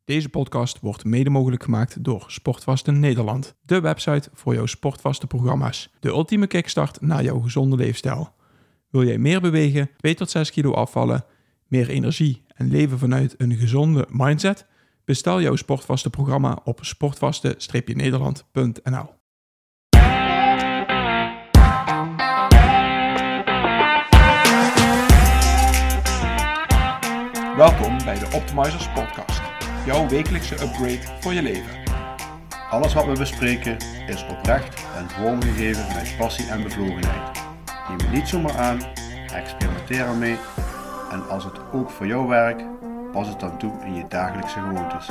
Deze podcast wordt mede mogelijk gemaakt door Sportvasten Nederland. De website voor jouw sportvaste programma's. De ultieme kickstart naar jouw gezonde leefstijl. Wil jij meer bewegen, 2 tot 6 kilo afvallen, meer energie en leven vanuit een gezonde mindset? Bestel jouw Sportvasten programma op sportvasten-nederland.nl. Welkom bij de Optimizers Podcast, jouw wekelijkse upgrade voor je leven. Alles wat we bespreken is oprecht en vormgegeven met passie en bevlogenheid. Neem het niet zomaar aan, experimenteer ermee en als het ook voor jou werkt, pas het dan toe in je dagelijkse gewoontes.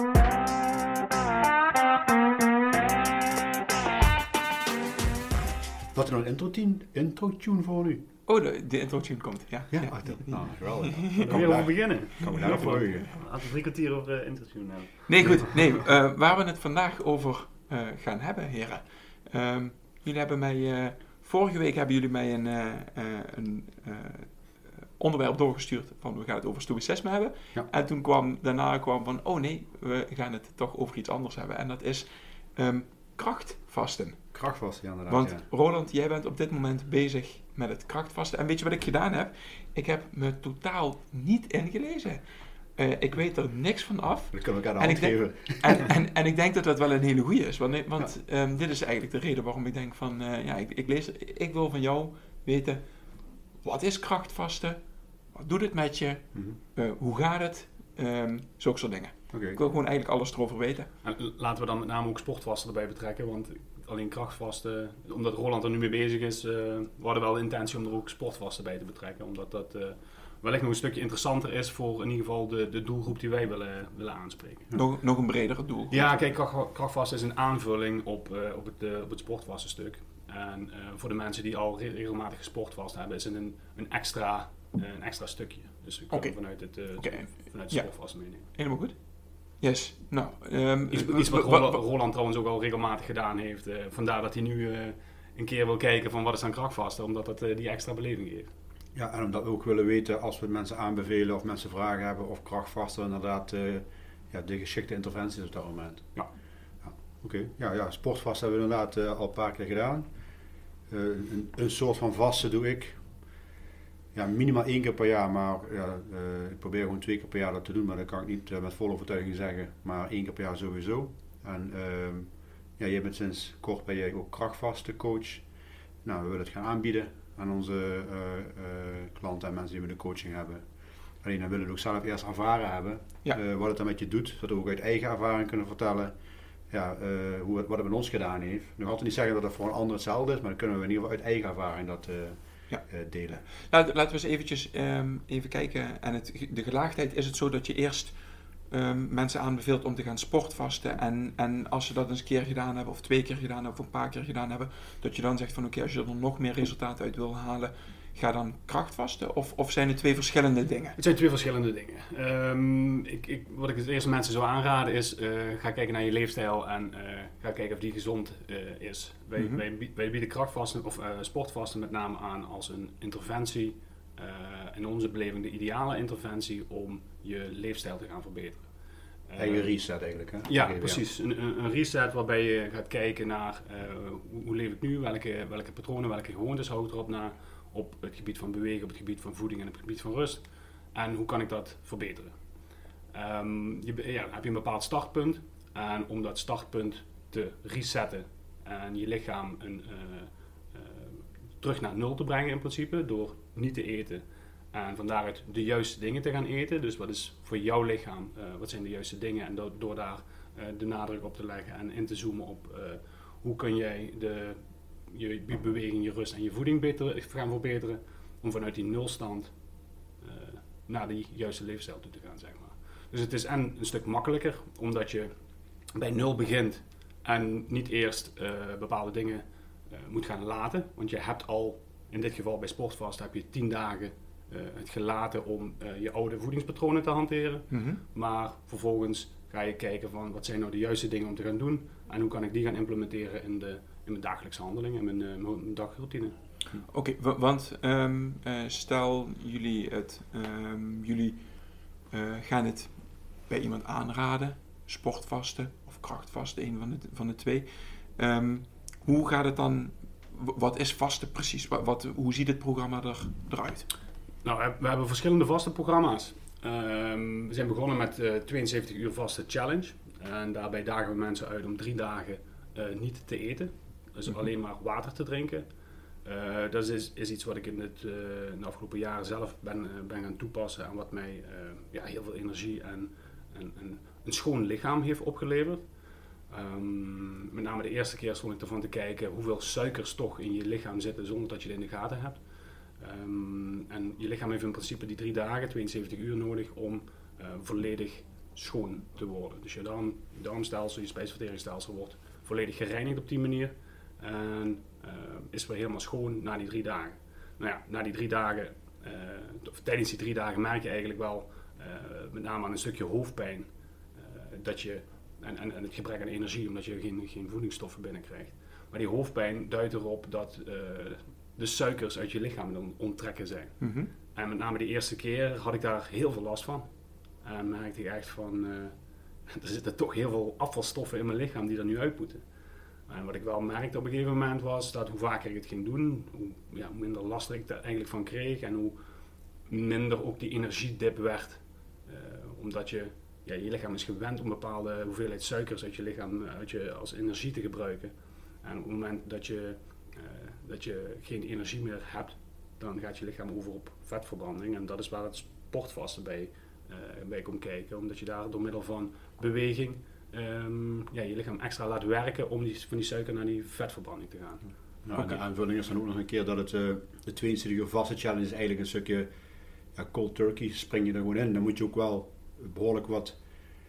Had je nog een intro-tune voor nu? Oh, de intro-tune komt, ja. Ja, geweldig. Kan we over beginnen? Kan we daarop verheugen? Laten we 3 kwartier over intro-tune hebben. Nee, goed. Nee, waar we het vandaag over gaan hebben, heren. Jullie hebben mij... vorige week hebben jullie mij een onderwerp doorgestuurd van we gaan het over stoïcisme hebben. Ja. En toen daarna kwam van, oh nee, we gaan het toch over iets anders hebben. En dat is krachtvasten. Krachtvasten, ja, inderdaad. Want ja. Roland, jij bent op dit moment bezig met het krachtvasten. En weet je wat ik gedaan heb? Ik heb me totaal niet ingelezen. Ik weet er niks van af. Dan kunnen we elkaar de hand geven. En ik denk dat dat wel een hele goeie is. Want dit is eigenlijk de reden waarom ik denk van... ik wil van jou weten... Wat is krachtvasten? Wat doet het met je? Hoe gaat het? Zulke soort dingen. Okay. Ik wil gewoon eigenlijk alles erover weten. En laten we dan met name ook sportvasten erbij betrekken. Want alleen krachtvasten... Omdat Roland er nu mee bezig is... we hadden wel de intentie om er ook sportvasten bij te betrekken. Omdat dat... wellicht nog een stukje interessanter is voor in ieder geval de doelgroep die wij willen aanspreken. Nog een bredere doel. Ja, kijk, krachtvasten is een aanvulling op het sportvasten stuk. En voor de mensen die al regelmatig sportvast hebben, is het een extra stukje. Dus we kunnen vanuit het sportvasten meenemen. Helemaal goed. Yes. Nou, iets wat Roland trouwens ook al regelmatig gedaan heeft. Vandaar dat hij nu een keer wil kijken van wat is dan krachtvasten, omdat dat die extra beleving geeft. Ja, en omdat we ook willen weten als we mensen aanbevelen of mensen vragen hebben of krachtvasten inderdaad de geschikte interventie is op dat moment. Ja. Oké. Ja, sportvast hebben we inderdaad al een paar keer gedaan. Een soort van vasten doe ik minimaal 1 keer per jaar, maar ik probeer gewoon 2 keer per jaar dat te doen, maar dat kan ik niet met volle overtuiging zeggen, maar 1 keer per jaar sowieso. En jij bent sinds kort ben jij ook krachtvastencoach. Nou, we willen het gaan aanbieden aan onze klanten en mensen die we de coaching hebben. Alleen dan willen we ook zelf eerst ervaren hebben wat het dan met je doet, zodat we ook uit eigen ervaring kunnen vertellen wat het met ons gedaan heeft. Nu gaat het niet zeggen dat het voor een ander hetzelfde is, maar dan kunnen we in ieder geval uit eigen ervaring dat delen. Laten we eens eventjes even kijken. En de gelaagdheid is het zo dat je eerst mensen aanbeveelt om te gaan sportvasten. En als ze dat eens een keer gedaan hebben, of 2 keer gedaan hebben, of een paar keer gedaan hebben, dat je dan zegt van oké, als je er nog meer resultaat uit wil halen, ga dan krachtvasten? Of zijn het 2 verschillende dingen? Het zijn 2 verschillende dingen. Wat ik het eerste mensen zou aanraden is, ga kijken naar je leefstijl en ga kijken of die gezond is. Wij bieden krachtvasten of sportvasten met name aan als een interventie, in onze beleving de ideale interventie om je leefstijl te gaan verbeteren. Eigen reset eigenlijk, hè? Ja, precies. Een reset waarbij je gaat kijken naar hoe leef ik nu, welke patronen, welke gewoontes hou ik erop na, op het gebied van bewegen, op het gebied van voeding en op het gebied van rust. En hoe kan ik dat verbeteren? Dan heb je een bepaald startpunt. En om dat startpunt te resetten en je lichaam terug naar 0 te brengen in principe, door niet te eten. En van daaruit de juiste dingen te gaan eten. Dus wat is voor jouw lichaam, wat zijn de juiste dingen? En door daar de nadruk op te leggen en in te zoomen op hoe kun jij je beweging, je rust en je voeding beter gaan verbeteren. Om vanuit die nulstand naar die juiste leefstijl toe te gaan, zeg maar. Dus het is een stuk makkelijker, omdat je bij 0 begint en niet eerst bepaalde dingen moet gaan laten. Want je hebt al, in dit geval bij sportvast, heb je 10 dagen het gelaten om je oude voedingspatronen te hanteren. Mm-hmm. Maar vervolgens ga je kijken van wat zijn nou de juiste dingen om te gaan doen en hoe kan ik die gaan implementeren in mijn dagelijkse handelingen, in mijn dagroutine. Oké, want stel jullie gaan het bij iemand aanraden, sportvasten of krachtvasten, een van de twee. Hoe gaat het dan, wat is vasten precies? Hoe ziet het programma eruit? Nou, we hebben verschillende vaste programma's. We zijn begonnen met 72 uur vaste challenge. En daarbij dagen we mensen uit om 3 dagen niet te eten. Dus alleen maar water te drinken. Dat is iets wat ik in de afgelopen jaren zelf ben gaan toepassen. En wat mij heel veel energie en een schoon lichaam heeft opgeleverd. Met name de eerste keer stond ik ervan te kijken hoeveel suikers toch in je lichaam zitten zonder dat je het in de gaten hebt. En je lichaam heeft in principe die 3 dagen, 72 uur nodig om volledig schoon te worden. Dus je darmstelsel, je spijsverteringsstelsel wordt volledig gereinigd op die manier. En is weer helemaal schoon na die 3 dagen. Nou ja, na die 3 dagen, of tijdens die 3 dagen merk je eigenlijk wel, met name aan een stukje hoofdpijn, dat je, en het gebrek aan energie, omdat je geen voedingsstoffen binnenkrijgt. Maar die hoofdpijn duidt erop dat de suikers uit je lichaam dan onttrekken zijn. Mm-hmm. En met name de eerste keer had ik daar heel veel last van. En merkte ik echt van, er zitten toch heel veel afvalstoffen in mijn lichaam die er nu uit moeten. En wat ik wel merkte op een gegeven moment was dat hoe vaker ik het ging doen, hoe minder last ik er eigenlijk van kreeg en hoe minder ook die energiedip werd. Omdat je lichaam is gewend om een bepaalde hoeveelheid suikers uit je lichaam als energie te gebruiken. En op het moment dat je geen energie meer hebt, dan gaat je lichaam over op vetverbranding. En dat is waar het sportvasten bij komt kijken. Omdat je daar door middel van beweging je lichaam extra laat werken om van die suiker naar die vetverbranding te gaan. Nou, en de aanvulling is dan ook nog een keer dat het de 22 uur vaste challenge is eigenlijk een stukje cold turkey. Spring je er gewoon in. Dan moet je ook wel behoorlijk wat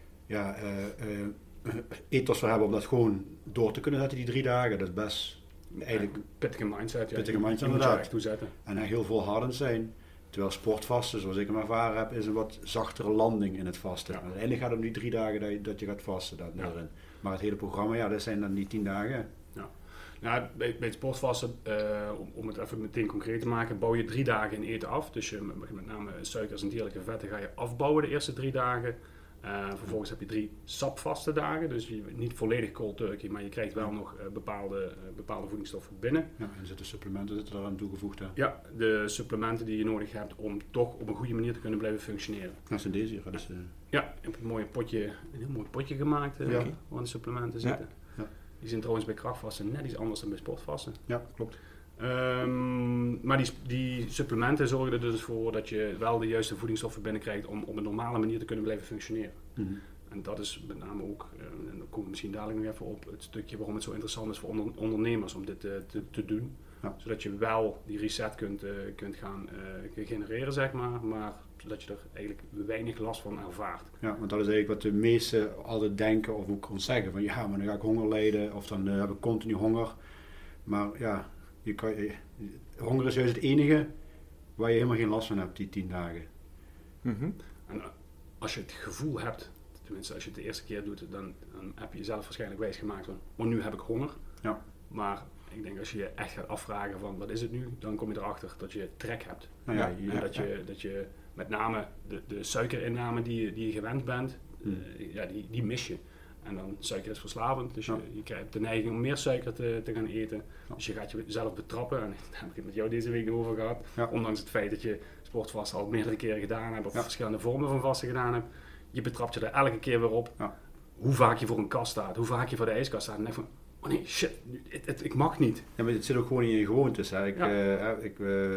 ethos voor hebben om dat gewoon door te kunnen zetten die 3 dagen. Dat is best eigenlijk pittige mindset. Pittige mindset inderdaad. En heel volhardend zijn. Terwijl sportvasten, zoals ik hem ervaren heb, is een wat zachtere landing in het vasten. Ja. Uiteindelijk gaat het om die 3 dagen dat je gaat vasten. Maar het hele programma, dat zijn dan die 10 dagen. Ja. Nou, bij het sportvasten, om het even meteen concreet te maken, bouw je 3 dagen in eten af. Dus je met name suikers en dierlijke vetten ga je afbouwen de eerste 3 dagen. Vervolgens heb je 3 sapvaste dagen, dus niet volledig cold turkey, maar je krijgt wel nog bepaalde voedingsstoffen binnen. Ja, en de supplementen zitten daar aan toegevoegd. Hè? Ja, de supplementen die je nodig hebt om toch op een goede manier te kunnen blijven functioneren. Dat zijn deze hier. Ja, ik heb een heel mooi potje gemaakt waar de supplementen zitten. Ja. Die zijn trouwens bij krachtvasten net iets anders dan bij sportvasten. Ja, klopt. Maar die supplementen zorgen er dus voor dat je wel de juiste voedingsstoffen binnenkrijgt om op een normale manier te kunnen blijven functioneren. Mm-hmm. En dat is met name ook, en daar komen we misschien dadelijk nog even op, het stukje waarom het zo interessant is voor ondernemers om dit te doen. Ja. Zodat je wel die reset kunt gaan genereren, zeg maar zodat je er eigenlijk weinig last van ervaart. Ja, want dat is eigenlijk wat de meesten altijd denken of ook ons zeggen. Van maar dan ga ik honger lijden of dan heb ik continu honger. Maar ja, honger is juist het enige waar je helemaal geen last van hebt, die 10 dagen. Mm-hmm. En als je het gevoel hebt, tenminste als je het de eerste keer doet, dan heb je jezelf waarschijnlijk wijsgemaakt van, nu heb ik honger. Ja. Maar ik denk als je je echt gaat afvragen van, wat is het nu? Dan kom je erachter dat je trek hebt. Dat je met name de suikerinname die je gewend bent, die mis je. En dan suiker is verslavend, dus je krijgt de neiging om meer suiker te gaan eten. Ja. Dus je gaat jezelf betrappen, en daar heb ik het met jou deze week over gehad. Ja. Ondanks het feit dat je sportvasten al meerdere keren gedaan hebt, of verschillende vormen van vasten gedaan hebt. Je betrapt je er elke keer weer op. Ja. Hoe vaak je voor een kast staat, hoe vaak je voor de ijskast staat. En dan denk je van, oh nee, shit, ik mag niet. Ja, maar het zit ook gewoon in je gewoontes. Hè. Ik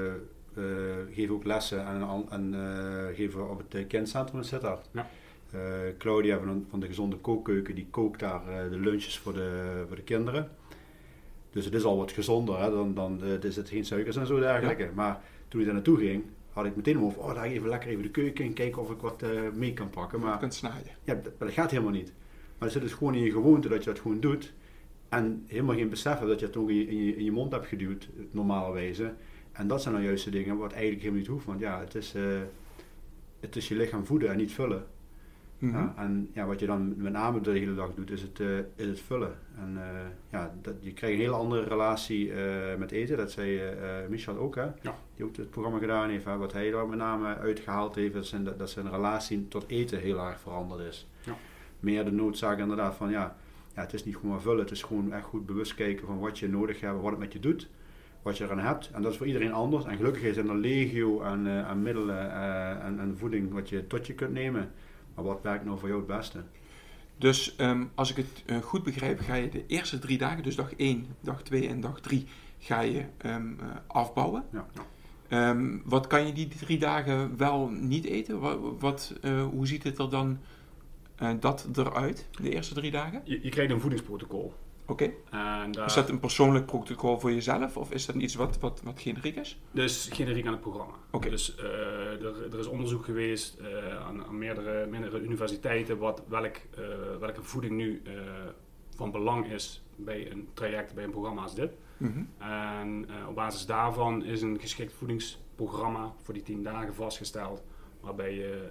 geef ook lessen en geef op het kindcentrum in Sittard. Ja. Claudia van de gezonde kookkeuken, die kookt daar de lunches voor de kinderen. Dus het is al wat gezonder, hè? Dan er zitten geen suikers en zo dergelijke. Ja. Maar toen ik daar naartoe ging, had ik meteen over, daar even de keuken in, kijken of ik wat mee kan pakken. Maar, je kunt snijden. Ja, dat gaat helemaal niet. Maar het zit dus gewoon in je gewoonte dat je dat gewoon doet. En helemaal geen besef hebt dat je het ook in je mond hebt geduwd, normalerwijze. En dat zijn nou juist de dingen wat eigenlijk helemaal niet hoeft. Want ja, het is je lichaam voeden en niet vullen. Ja, en wat je dan met name de hele dag doet, is het vullen. En je krijgt een hele andere relatie met eten. Dat zei Michel ook, hè? Ja. Die ook het programma gedaan heeft. Hè? Wat hij daar met name uitgehaald heeft, dat zijn relatie tot eten heel erg veranderd is. Ja. Meer de noodzaak inderdaad van, het is niet gewoon maar vullen. Het is gewoon echt goed bewust kijken van wat je nodig hebt, wat het met je doet. Wat je eraan hebt. En dat is voor iedereen anders. En gelukkig zijn er legio aan middelen en voeding wat je tot je kunt nemen. Maar wat werkt nou voor jou het beste? Dus als ik het goed begrijp, ga je de eerste 3 dagen, dus dag 1, dag 2 en dag 3, ga je afbouwen. Ja. Wat kan je die 3 dagen wel niet eten? Hoe ziet het er dan dat eruit, de eerste 3 dagen? Je krijgt een voedingsprotocol. Oké. Is dat een persoonlijk protocol voor jezelf of is dat iets wat generiek is? Dus generiek aan het programma. Okay. Dus er is onderzoek geweest aan meerdere universiteiten welke voeding nu van belang is bij een traject, bij een programma als dit. Mm-hmm. En op basis daarvan is een geschikt voedingsprogramma voor die 10 dagen vastgesteld, waarbij je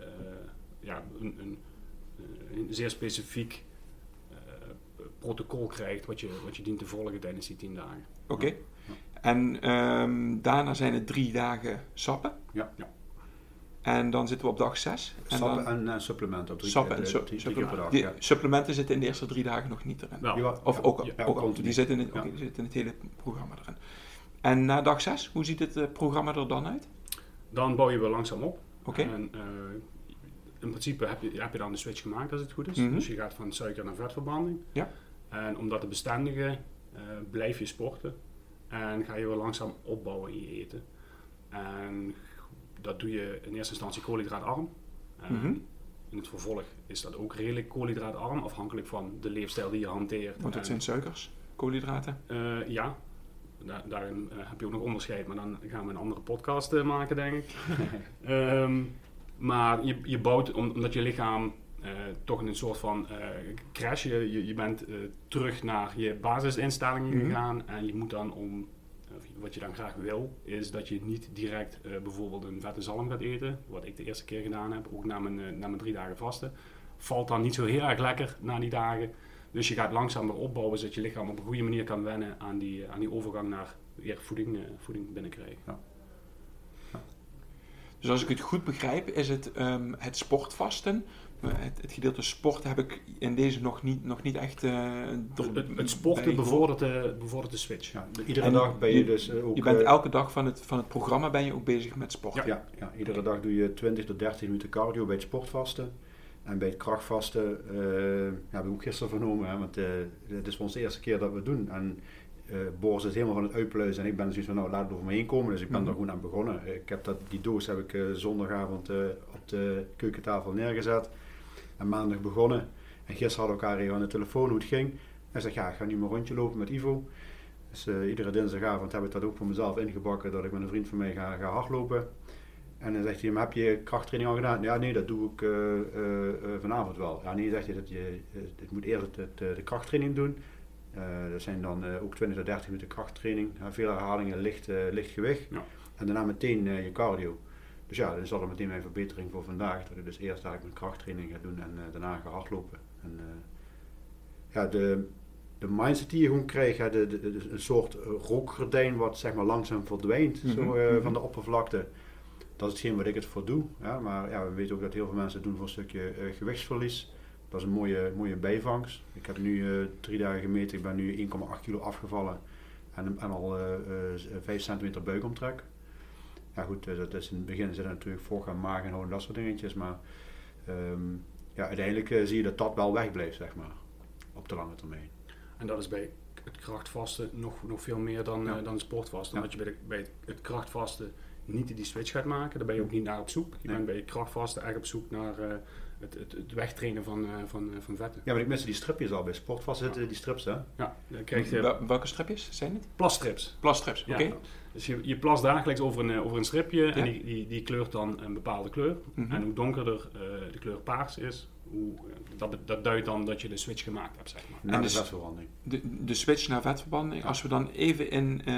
een zeer specifiek protocol krijgt wat je dient te volgen tijdens die 10 dagen. Oké. Ja. En daarna zijn het 3 dagen sappen. Ja. En dan zitten we op dag 6. Sappen en supplementen. Supplementen. Per dag, die supplementen zitten in de eerste 3 dagen nog niet erin. Wel. Die zitten in het hele programma erin. En na dag 6, hoe ziet het programma er dan uit? Dan bouw je weer langzaam op. Oké. En in principe heb je dan de switch gemaakt als het goed is. Mm-hmm. Dus je gaat van suiker naar vetverbranding. Ja. En om dat te bestendigen blijf je sporten. En ga je weer langzaam opbouwen in je eten. En dat doe je in eerste instantie koolhydraatarm. Mm-hmm. In het vervolg is dat ook redelijk koolhydraatarm, afhankelijk van de leefstijl die je hanteert. Want het zijn suikers, koolhydraten? Ja. Daarin heb je ook nog onderscheid, maar dan gaan we een andere podcast maken, denk ik. Maar je bouwt, omdat je lichaam toch in een soort van crash, je bent terug naar je basisinstellingen gegaan en je moet dan wat je dan graag wil, is dat je niet direct bijvoorbeeld een vette zalm gaat eten, wat ik de eerste keer gedaan heb, ook na mijn 3 dagen vasten. Valt dan niet zo heel erg lekker na die dagen. Dus je gaat langzaam weer opbouwen, zodat je lichaam op een goede manier kan wennen aan die overgang naar weer voeding binnenkrijgen. Ja. Dus als ik het goed begrijp, is het sportvasten. Het gedeelte sport heb ik in deze nog niet echt... het sporten bevordert de switch. Ja, iedere dag ben je dus ook... Je bent elke dag van het programma ben je ook bezig met sport. Ja, iedere dag doe je 20 tot 30 minuten cardio bij het sportvasten. En bij het krachtvasten hebben we ook gisteren vernomen, hè, want het is voor ons de eerste keer dat we het doen. En Boris is helemaal van het uitpluizen en ik ben dus zoiets van, laat het over me heen komen. Dus ik ben er gewoon aan begonnen. Die doos heb ik zondagavond op de keukentafel neergezet. En maandag begonnen. En gisteren hadden we elkaar even aan de telefoon hoe het ging. Hij zegt, ik ga nu maar een rondje lopen met Ivo. Dus iedere dinsdagavond heb ik dat ook voor mezelf ingebakken, dat ik met een vriend van mij ga hardlopen. En dan zegt hij, maar heb je krachttraining al gedaan? Ja, nee, dat doe ik vanavond wel. Ja, nee, zegt hij, het moet eerst de krachttraining doen. Dat zijn dan ook 20 tot 30 minuten krachttraining. Veel herhalingen, licht gewicht. Ja. En daarna meteen je cardio. Dus ja, dat is al meteen mijn verbetering voor vandaag. Dat ik dus eerst eigenlijk mijn krachttraining ga doen en daarna ga hardlopen. En de mindset die je gewoon krijgt, een soort rookgordijn wat zeg maar langzaam verdwijnt van de oppervlakte. Dat is hetgeen wat ik het voor doe. Ja, maar ja, we weten ook dat heel veel mensen het doen voor een stukje gewichtsverlies. Dat is een mooie bijvangst. Ik heb nu 3 dagen gemeten, ik ben nu 1,8 kilo afgevallen en al 5 centimeter buikomtrek. Ja goed, dat is in het begin zit er natuurlijk voor gaan maag en dat soort dingetjes, maar uiteindelijk zie je dat wel wegblijft, zeg maar, op de lange termijn. En dat is bij het krachtvasten nog veel meer dan het sportvasten. Omdat je bij het krachtvasten niet die switch gaat maken, daar ben je ook niet naar op zoek. Je bent bij het krachtvasten echt op zoek naar het wegtrainen van vetten. Ja, maar ik mis die stripjes al. Bij sportvasten zitten die strips, hè? Ja, dan krijg je... Welke stripjes zijn het? Plasstrips. Plasstrips, oké. Ja. Dus je plast dagelijks over een stripje en die kleurt dan een bepaalde kleur. Mm-hmm. En hoe donkerder de kleur paars is, dat duidt dan dat je de switch gemaakt hebt, zeg maar. Naar de vetverbranding. De switch naar vetverbranding, als we dan even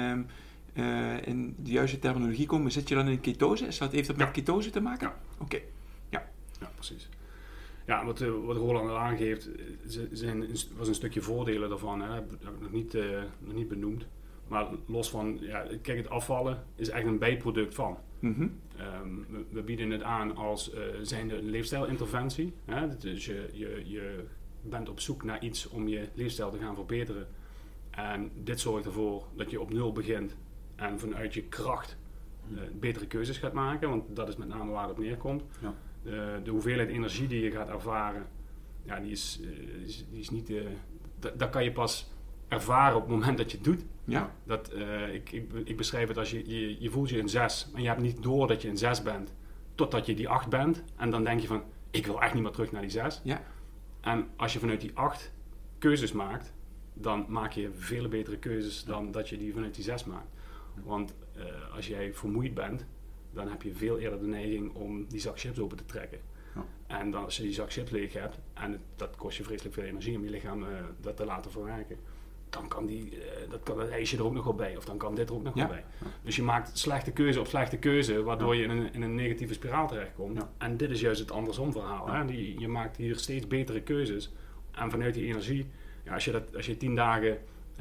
in de juiste terminologie komen, zit je dan in ketose? Heeft dat met ketose te maken? Ja. Oké. Ja, precies. Ja, wat Roland al aangeeft, was een stukje voordelen daarvan. Hè. Dat heb ik nog niet benoemd. Maar los van, kijk, het afvallen is echt een bijproduct van. Mm-hmm. We bieden het aan als zijnde een leefstijlinterventie. Hè. Dus je bent op zoek naar iets om je leefstijl te gaan verbeteren. En dit zorgt ervoor dat je op nul begint en vanuit je kracht betere keuzes gaat maken. Want dat is met name waar het op neerkomt. Ja. De hoeveelheid energie die je gaat ervaren, die is niet... Dat kan je pas ervaren op het moment dat je het doet. Ja. Ik beschrijf het als je voelt je een 6 en je hebt niet door dat je een 6 bent totdat je die 8 bent. En dan denk je van, ik wil echt niet meer terug naar die 6. Ja. En als je vanuit die 8 keuzes maakt, dan maak je vele betere keuzes dan dat je die vanuit die 6 maakt. Want als jij vermoeid bent, dan heb je veel eerder de neiging om die zak chips open te trekken. Ja. En dan, als je die zak chips leeg hebt, en dat kost je vreselijk veel energie om je lichaam dat te laten verwerken, dan kan dat ijsje er ook nog wel bij, of dan kan dit er ook nog wel bij. Ja. Dus je maakt slechte keuze op slechte keuze, waardoor je in een negatieve spiraal terechtkomt. Ja. En dit is juist het andersom verhaal. Ja. Hè? Je maakt hier steeds betere keuzes. En vanuit die energie, als je 10 dagen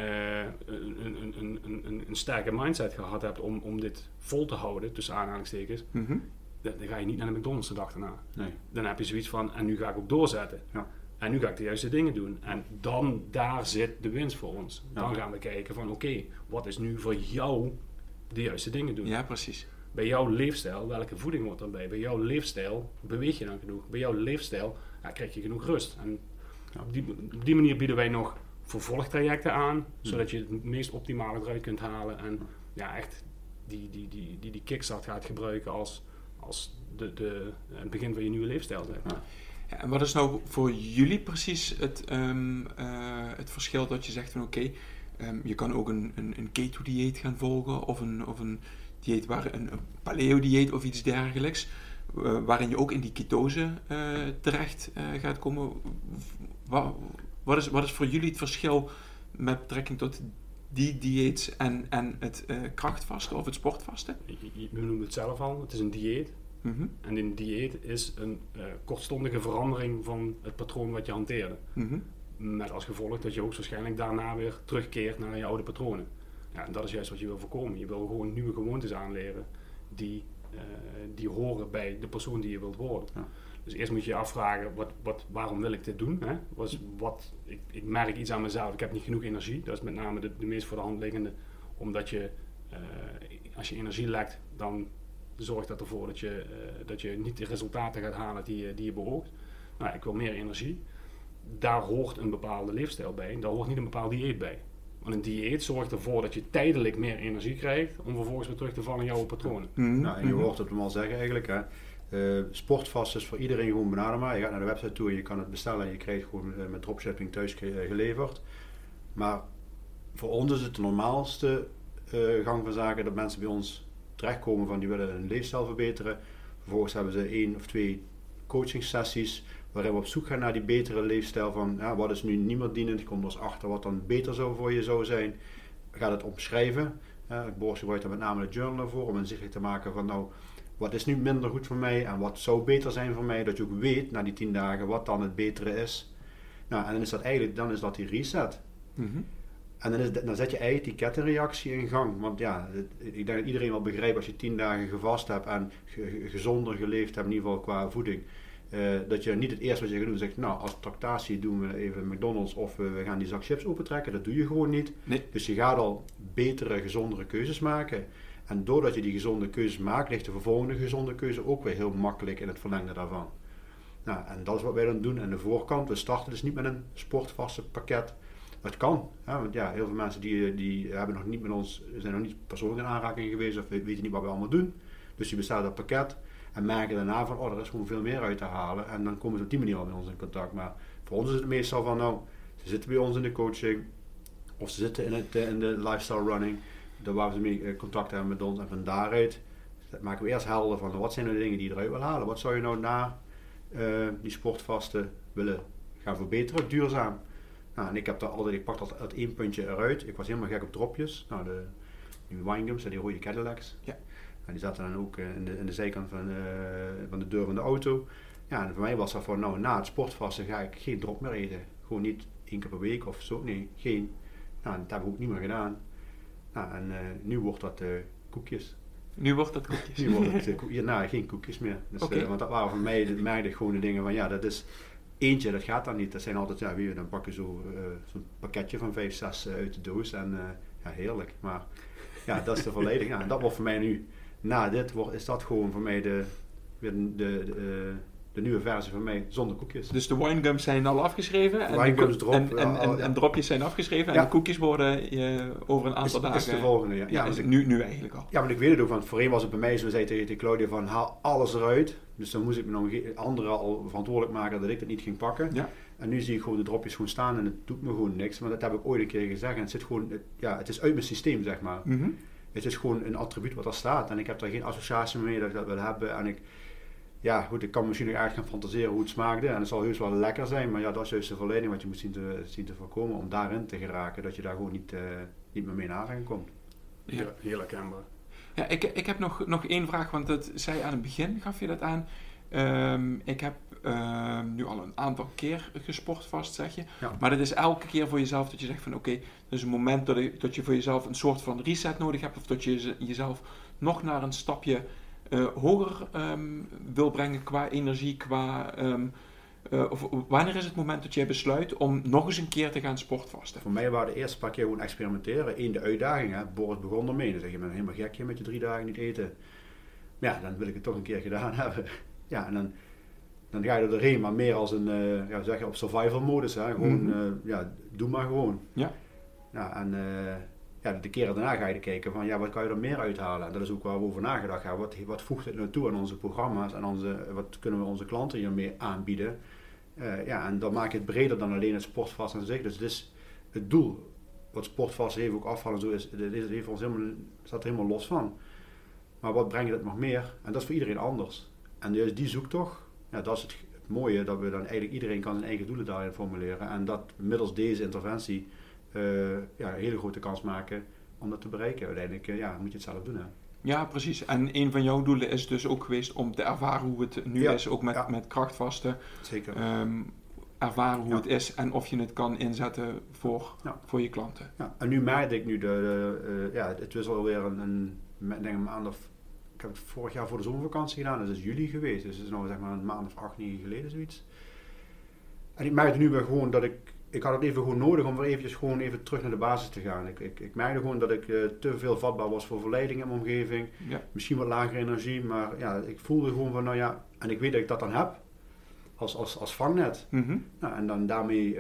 een sterke mindset gehad hebt om dit vol te houden, tussen aanhalingstekens, dan ga je niet naar de McDonald's de dag daarna. Nee. Dan heb je zoiets van, en nu ga ik ook doorzetten. Ja. En nu ga ik de juiste dingen doen. En dan, daar zit de winst voor ons. Dan gaan we kijken van, oké, wat is nu voor jou de juiste dingen doen? Ja, precies. Bij jouw leefstijl, welke voeding wordt erbij? Bij jouw leefstijl beweeg je dan genoeg? Bij jouw leefstijl krijg je genoeg rust. En op die manier bieden wij nog vervolgtrajecten aan, zodat je het meest optimale eruit kunt halen. En echt die kickstart gaat gebruiken als het begin van je nieuwe leefstijl. Zeg maar. En wat is nou voor jullie precies het verschil dat je zegt van oké, je kan ook een keto-dieet gaan volgen of een dieet een paleo-dieet of iets dergelijks, waarin je ook in die ketose terecht gaat komen. Wat is voor jullie het verschil met betrekking tot die dieets en het krachtvasten of het sportvasten? Je noemt het zelf al, het is een dieet. Mm-hmm. En een dieet is een kortstondige verandering van het patroon wat je hanteerde. Mm-hmm. Met als gevolg dat je ook waarschijnlijk daarna weer terugkeert naar je oude patronen. Ja, en dat is juist wat je wil voorkomen. Je wil gewoon nieuwe gewoontes aanleren die horen bij de persoon die je wilt worden. Ja. Dus eerst moet je je afvragen, waarom wil ik dit doen? Hè? Ik merk iets aan mezelf, ik heb niet genoeg energie. Dat is met name de meest voor de hand liggende. Omdat je, als je energie lekt, dan zorgt dat ervoor dat je niet de resultaten gaat halen die je beoogt. Nou, ik wil meer energie. Daar hoort een bepaalde leefstijl bij. Daar hoort niet een bepaald dieet bij. Want een dieet zorgt ervoor dat je tijdelijk meer energie krijgt om vervolgens weer terug te vallen in jouw patronen. Mm-hmm. Nou, en je hoort het al zeggen eigenlijk. Hè. Sportvast is voor iedereen gewoon benaderbaar. Je gaat naar de website toe en je kan het bestellen en je krijgt gewoon met dropshipping thuis geleverd. Maar voor ons is het de normaalste gang van zaken dat mensen bij ons terechtkomen van die willen hun leefstijl verbeteren. Vervolgens hebben ze 1 of 2 coachingsessies waarin we op zoek gaan naar die betere leefstijl van wat is nu niet meer dienend, je komt er eens achter wat dan beter voor je zou zijn. Ga het omschrijven. Boris gebruikt daar met name de journal voor om inzichtelijk te maken van wat is nu minder goed voor mij en wat zou beter zijn voor mij, dat je ook weet na die 10 dagen wat dan het betere is. Nou, en dan is dat die reset. Mm-hmm. En dan zet je eigenlijk die kettingreactie in gang. Want ik denk dat iedereen wel begrijpt als je 10 dagen gevast hebt en gezonder geleefd hebt, in ieder geval qua voeding, dat je niet het eerste wat je gaat doen zegt, nou als tractatie doen we even McDonald's of we gaan die zak chips opentrekken. Dat doe je gewoon niet. Nee. Dus je gaat al betere, gezondere keuzes maken. En doordat je die gezonde keuzes maakt, ligt de vervolgende gezonde keuze ook weer heel makkelijk in het verlengde daarvan. Nou, en dat is wat wij dan doen aan de voorkant. We starten dus niet met een sportvaste pakket. Het kan, want heel veel mensen die hebben nog niet met ons, zijn nog niet persoonlijk in aanraking geweest of weten niet wat we allemaal doen. Dus die bestellen dat pakket en merken daarna van, er is gewoon veel meer uit te halen. En dan komen ze op die manier al met ons in contact. Maar voor ons is het meestal van, ze zitten bij ons in de coaching of ze zitten in de lifestyle running, daar waar ze mee contact hebben met ons. En van daaruit maken we eerst helder van, wat zijn nou de dingen die je eruit wil halen? Wat zou je nou na die sportvasten willen gaan verbeteren, duurzaam? Nou, en ik pak altijd 1 puntje eruit. Ik was helemaal gek op dropjes. Nou, die winegums, die rode Cadillacs. Ja. En die zaten dan ook in de zijkant van de deur van de auto. Ja, en voor mij was dat van, nou, na het sportvasten ga ik geen drop meer eten. Gewoon niet 1 keer per week of zo, nee, geen. Nou, dat heb ik ook niet meer gedaan. Nou, en nu wordt dat koekjes. Nu wordt dat koekjes? Nu wordt het geen koekjes meer. Dus, want dat waren voor mij de gewone dingen van, ja, dat is eentje, dat gaat dan niet. Dat zijn altijd, dan pak je zo'n pakketje van 5, 6 uit de doos en heerlijk. Maar ja, dat is de volledige. Ja, en dat wordt voor mij nu, na dit, is dat gewoon voor mij de nieuwe versie van mij zonder koekjes. Dus de winegums zijn al afgeschreven en dropjes zijn afgeschreven en de koekjes worden over een aantal dagen... Is de volgende, ja. Ja, nu eigenlijk al. Ja, want ik weet het ook, want voorheen was het bij mij, zo zei tegen Claudia van haal alles eruit. Dus dan moest ik me nog anderen al verantwoordelijk maken dat ik dat niet ging pakken. Ja. En nu zie ik gewoon de dropjes gewoon staan en het doet me gewoon niks. Maar dat heb ik ooit een keer gezegd en het zit gewoon, het is uit mijn systeem, zeg maar. Mm-hmm. Het is gewoon een attribuut wat er staat en ik heb daar geen associatie mee dat ik dat wil hebben en ik kan misschien nog erg gaan fantaseren hoe het smaakte en het zal heus wel lekker zijn, maar ja, dat is juist de verleiding wat je moet zien te voorkomen om daarin te geraken, dat je daar gewoon niet meer mee in aanraking komt. Ja, heel herkenbaar. Ja, ik heb nog één vraag, want dat zei aan het begin, gaf je dat aan. Ik heb nu al een aantal keer gesport vast, zeg je. Ja. Maar dat is elke keer voor jezelf dat je zegt van oké, dat is een moment dat je voor jezelf een soort van reset nodig hebt, of dat je jezelf nog naar een stapje hoger wil brengen qua energie, of wanneer is het moment dat jij besluit om nog eens een keer te gaan sportvasten? Voor mij waren de eerste paar keer gewoon experimenteren. De uitdaging, hè. Boris begon ermee. Dan zeg je, je bent helemaal gek met je 3 dagen niet eten. Maar ja, dan wil ik het toch een keer gedaan hebben. Ja, en dan ga je er doorheen, maar meer als een, zeg je op survival modus. Hè. Gewoon, doe maar gewoon. Ja. Ja, en de keren daarna ga je kijken van, wat kan je er meer uithalen? En dat is ook waar we over nagedacht hebben. Wat voegt het nou toe aan onze programma's en wat kunnen we onze klanten hiermee aanbieden? En dan maak je het breder dan alleen het sportvast aan zich. Dus het is het doel, wat sportvast heeft ook afvallen zo is, staat er helemaal los van. Maar wat brengt het nog meer? En dat is voor iedereen anders. En juist die zoektocht, dat is het mooie, dat we dan eigenlijk iedereen kan zijn eigen doelen daarin formuleren. En dat middels deze interventie een hele grote kans maken om dat te bereiken. Uiteindelijk moet je het zelf doen. Hè. Ja, precies. En een van jouw doelen is dus ook geweest om te ervaren hoe het nu is, ook met krachtvasten. Zeker. Ervaren hoe het is en of je het kan inzetten voor je klanten. Ja. En nu merkte ik het is alweer een maand of... Ik heb het vorig jaar voor de zomervakantie gedaan, dat is juli geweest. Dus het is nou zeg maar een maand of 8, 9 geleden zoiets. En ik merkte nu weer gewoon dat ik had het even gewoon nodig om weer eventjes gewoon even terug naar de basis te gaan. Ik merkte gewoon dat ik te veel vatbaar was voor verleiding in mijn omgeving. Ja. Misschien wat lagere energie, maar ik voelde gewoon van en ik weet dat ik dat dan heb als vangnet. Mm-hmm. Nou, en dan daarmee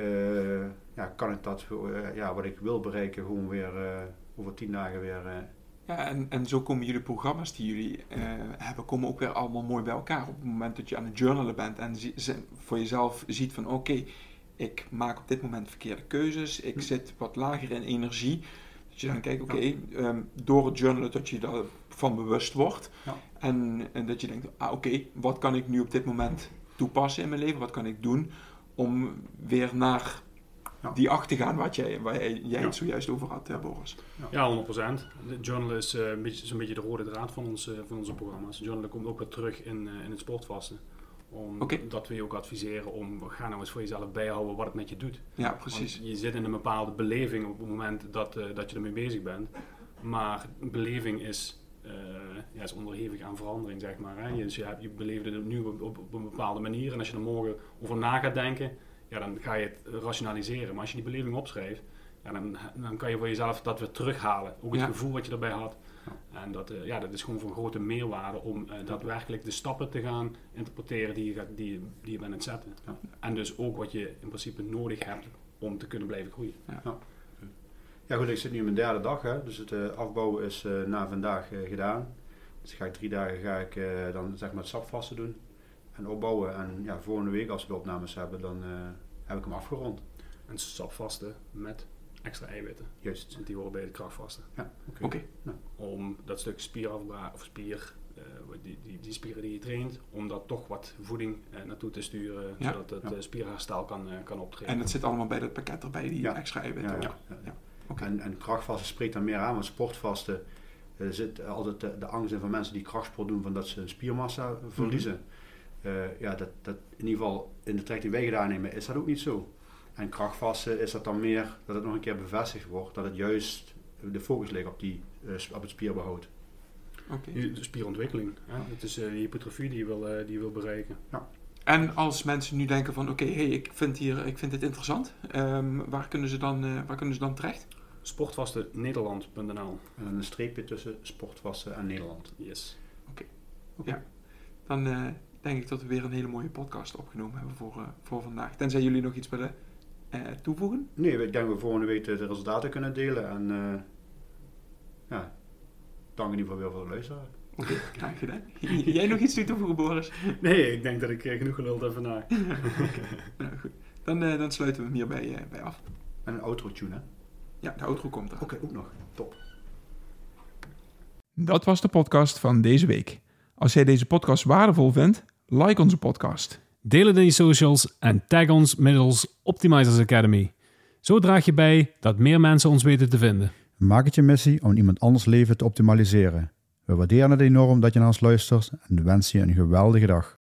kan ik dat wat ik wil bereiken gewoon weer over 10 dagen weer... Ja, en zo komen jullie programma's die jullie hebben, komen ook weer allemaal mooi bij elkaar. Op het moment dat je aan het journalen bent en voor jezelf ziet van oké, ik maak op dit moment verkeerde keuzes, ik zit wat lager in energie. Dat je dan kijkt, door het journalen dat je daarvan bewust wordt. Ja. En dat je denkt, wat kan ik nu op dit moment toepassen in mijn leven? Wat kan ik doen om weer naar die 8 te gaan waar jij het zojuist over had, Boris? Ja, 100%. De journal is zo'n beetje de rode draad van onze programma's. Journalen komt ook weer terug in het sportvasten. Omdat we je ook adviseren ga nou eens voor jezelf bijhouden wat het met je doet. Ja, precies. Want je zit in een bepaalde beleving op het moment dat je ermee bezig bent. Maar beleving is onderhevig aan verandering, zeg maar. Hè? Dus je beleeft het nu op een bepaalde manier. En als je er morgen over na gaat denken, dan ga je het rationaliseren. Maar als je die beleving opschrijft, dan kan je voor jezelf dat weer terughalen. Ook het gevoel wat je erbij had. Ja. En dat is gewoon van grote meerwaarde om daadwerkelijk de stappen te gaan interpreteren die je bent aan het zetten. Ja. En dus ook wat je in principe nodig hebt om te kunnen blijven groeien. Ja goed, ik zit nu in mijn 3e dag. Hè? Dus het afbouwen is na vandaag gedaan. Dus ga ik 3 dagen dan zeg maar het sapvasten doen. En opbouwen. En volgende week als we de opnames hebben, dan heb ik hem afgerond. En sapvasten met extra eiwitten. Juist. Want die horen bij de krachtvasten. Ja, oké. Nou, om dat stuk spierafbraak of die spieren die je traint, om daar toch wat voeding naartoe te sturen, zodat het spierherstel kan optreden. En het zit allemaal bij dat pakket erbij, die extra eiwitten. Ja. Okay. En krachtvasten spreekt dan meer aan, want sportvasten zit altijd de angst in van mensen die krachtsport doen, van dat ze spiermassa verliezen. dat in ieder geval in de trek die wij gedaan hebben, is dat ook niet zo. En krachtvasten is dat dan meer dat het nog een keer bevestigd wordt, dat het juist de focus ligt op het spierbehoud. Okay. De spierontwikkeling. Ja. Het is de hypertrofie die je wil bereiken. Ja. En als mensen nu denken van ik vind dit interessant, waar kunnen ze dan terecht? Sportvasten.nl. En een streepje tussen sportvasten en Nederland. Yes. Oké. Ja. Dan denk ik dat we weer een hele mooie podcast opgenomen hebben voor vandaag. Tenzij jullie nog iets willen toevoegen? Nee, ik denk dat we volgende week de resultaten kunnen delen. En dank in ieder geval weer voor de luisteraar. Oké, graag gedaan. Jij nog iets toe te voegen, Boris? Nee, ik denk dat ik genoeg geluld heb vandaag. Nou goed, dan sluiten we hem hierbij af. En een outro-tune, hè? Ja, de outro komt er. Oké, ook nog. Top. Dat was de podcast van deze week. Als jij deze podcast waardevol vindt, like onze podcast. Deel het in je socials en tag ons middels Optimizers Academy. Zo draag je bij dat meer mensen ons weten te vinden. Maak het je missie om iemand anders leven te optimaliseren. We waarderen het enorm dat je naar ons luistert en wensen je een geweldige dag.